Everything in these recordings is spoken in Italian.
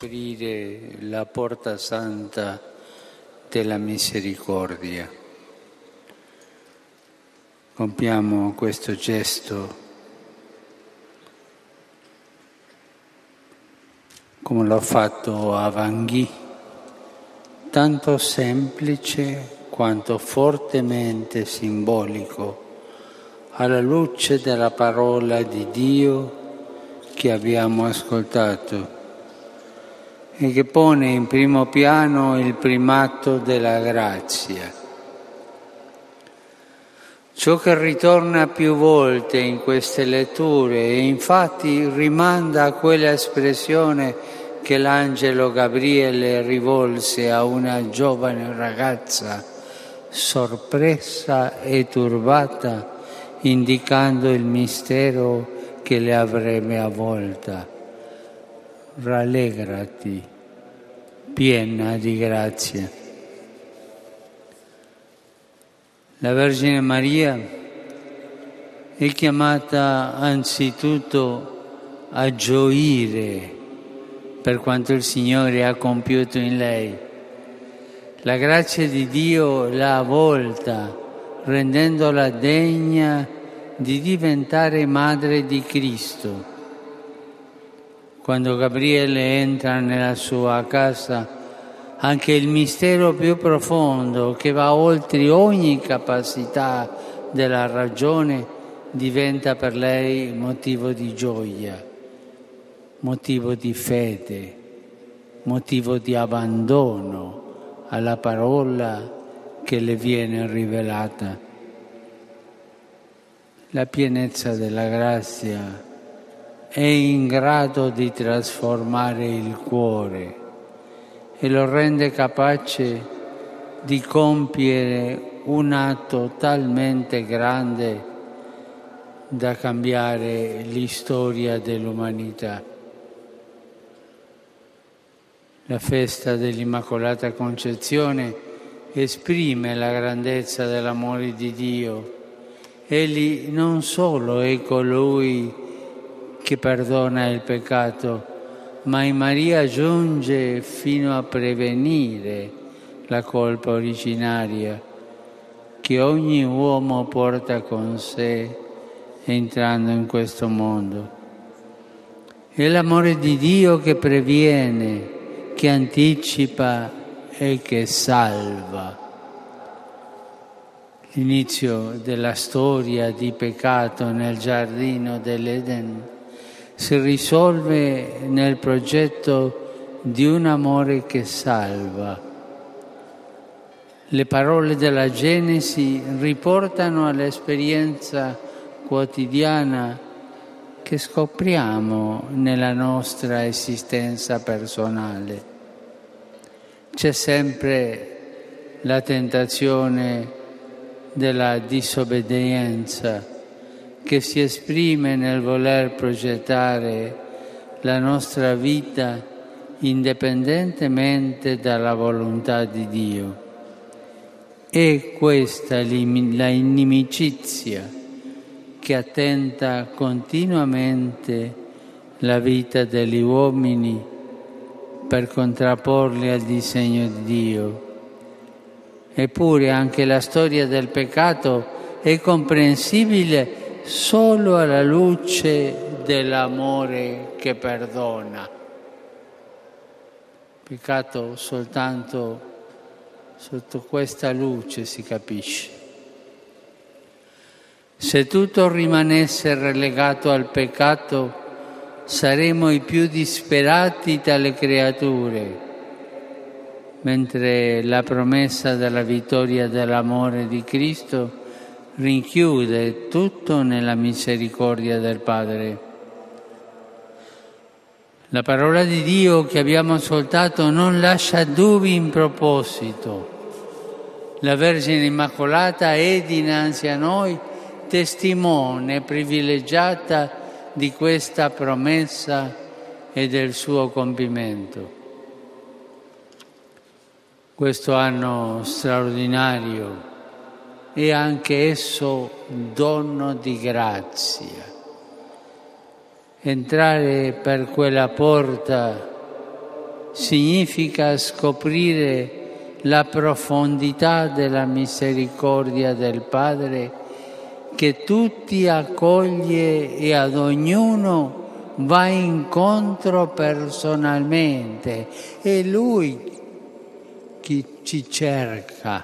Aprire la porta santa della misericordia. Compiamo questo gesto come l'ho fatto a Vanghi, tanto semplice quanto fortemente simbolico, alla luce della parola di Dio che abbiamo ascoltato e che pone in primo piano il primato della grazia. Ciò che ritorna più volte in queste letture e infatti rimanda a quella espressione che l'angelo Gabriele rivolse a una giovane ragazza sorpresa e turbata, indicando il mistero che le avrebbe avvolta. Rallegrati, piena di grazia. La Vergine Maria è chiamata anzitutto a gioire per quanto il Signore ha compiuto in lei. La grazia di Dio l'ha avvolta, rendendola degna di diventare madre di Cristo. Quando Gabriele entra nella sua casa, anche il mistero più profondo, che va oltre ogni capacità della ragione, diventa per lei motivo di gioia, motivo di fede, motivo di abbandono alla parola che le viene rivelata. La pienezza della grazia è in grado di trasformare il cuore e lo rende capace di compiere un atto talmente grande da cambiare l'istoria dell'umanità. La festa dell'Immacolata Concezione esprime la grandezza dell'amore di Dio. Egli non solo è colui che perdona il peccato, ma in Maria giunge fino a prevenire la colpa originaria che ogni uomo porta con sé entrando in questo mondo. È l'amore di Dio che previene, che anticipa e che salva. L'inizio della storia di peccato nel giardino dell'Eden si risolve nel progetto di un amore che salva. Le parole della Genesi riportano all'esperienza quotidiana che scopriamo nella nostra esistenza personale. C'è sempre la tentazione della disobbedienza che si esprime nel voler progettare la nostra vita indipendentemente dalla volontà di Dio. È questa la inimicizia che attenta continuamente la vita degli uomini per contrapporli al disegno di Dio. Eppure anche la storia del peccato è comprensibile solo alla luce dell'amore che perdona. Peccato soltanto sotto questa luce si capisce. Se tutto rimanesse relegato al peccato, saremmo i più disperati tra le creature, mentre la promessa della vittoria dell'amore di Cristo rinchiude tutto nella misericordia del Padre. La parola di Dio che abbiamo ascoltato non lascia dubbi in proposito. La Vergine Immacolata è dinanzi a noi testimone privilegiata di questa promessa e del suo compimento. Questo anno straordinario è anche esso dono di grazia. Entrare per quella porta significa scoprire la profondità della misericordia del Padre che tutti accoglie e ad ognuno va incontro personalmente. È Lui chi ci cerca,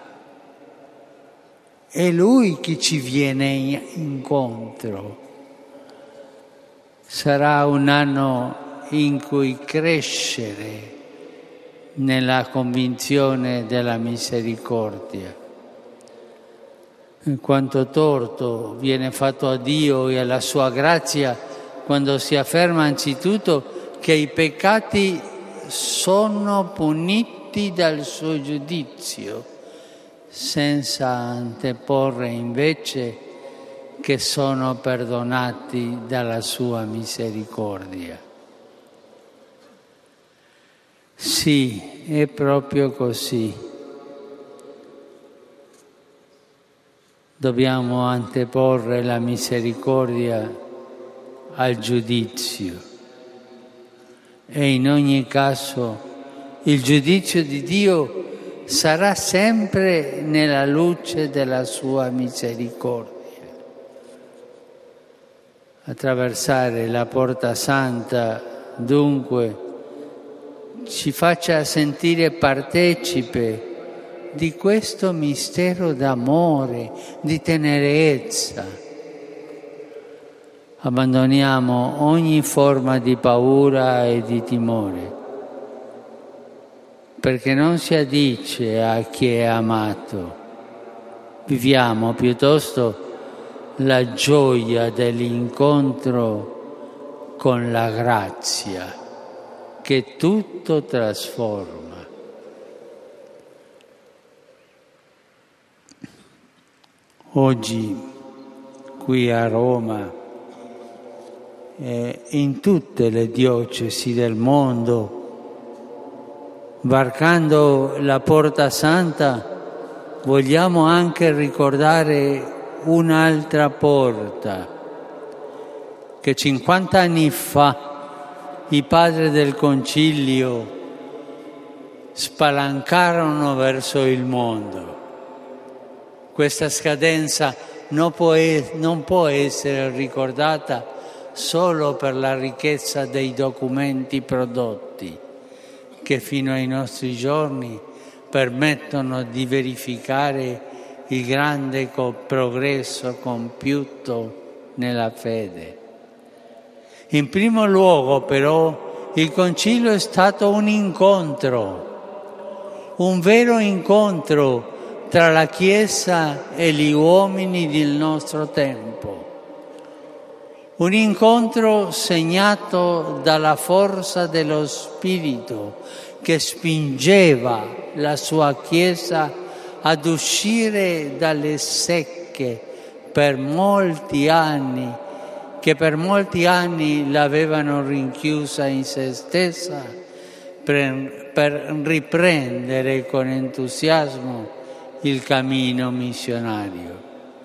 è Lui chi ci viene incontro. Sarà un anno in cui crescere nella convinzione della misericordia. Quanto torto viene fatto a Dio e alla sua grazia quando si afferma anzitutto che i peccati sono puniti dal suo giudizio, senza anteporre invece che sono perdonati dalla sua misericordia. Sì, è proprio così. Dobbiamo anteporre la misericordia al giudizio e in ogni caso il giudizio di Dio sarà sempre nella luce della sua misericordia. Attraversare la porta santa, dunque, ci faccia sentire partecipe di questo mistero d'amore, di tenerezza. Abbandoniamo ogni forma di paura e di timore, perché non si addice a chi è amato. Viviamo piuttosto la gioia dell'incontro con la grazia che tutto trasforma. Oggi qui a Roma e in tutte le diocesi del mondo, varcando la Porta Santa, vogliamo anche ricordare un'altra porta che 50 anni fa i padri del Concilio spalancarono verso il mondo. Questa scadenza non può essere ricordata solo per la ricchezza dei documenti prodotti, che fino ai nostri giorni permettono di verificare il grande progresso compiuto nella fede. In primo luogo, però, il Concilio è stato un incontro, un vero incontro tra la Chiesa e gli uomini del nostro tempo. Un incontro segnato dalla forza dello Spirito che spingeva la sua Chiesa ad uscire dalle secche che per molti anni l'avevano rinchiusa in se stessa, per riprendere con entusiasmo il cammino missionario.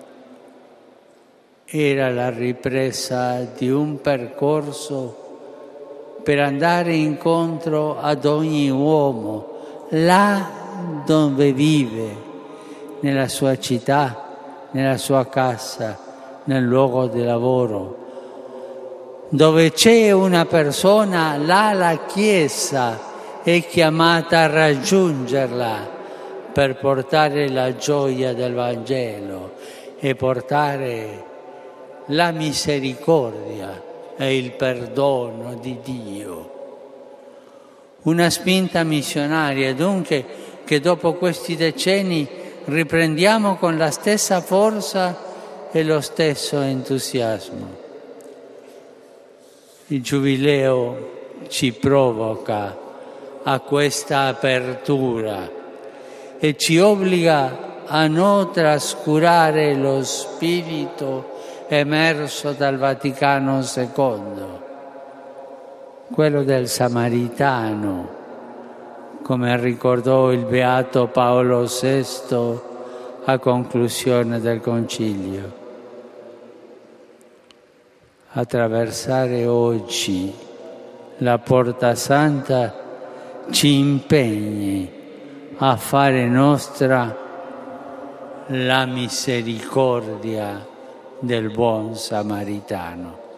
Era la ripresa di un percorso per andare incontro ad ogni uomo, là dove vive, nella sua città, nella sua casa, nel luogo di lavoro. Dove c'è una persona, là la Chiesa è chiamata a raggiungerla per portare la gioia del Vangelo e portare la misericordia e il perdono di Dio. Una spinta missionaria, dunque, che dopo questi decenni riprendiamo con la stessa forza e lo stesso entusiasmo. Il Giubileo ci provoca a questa apertura e ci obbliga a non trascurare lo spirito emerso dal Vaticano II, quello del Samaritano, come ricordò il Beato Paolo VI a conclusione del Concilio. Attraversare oggi la Porta Santa ci impegni a fare nostra la misericordia del buon samaritano.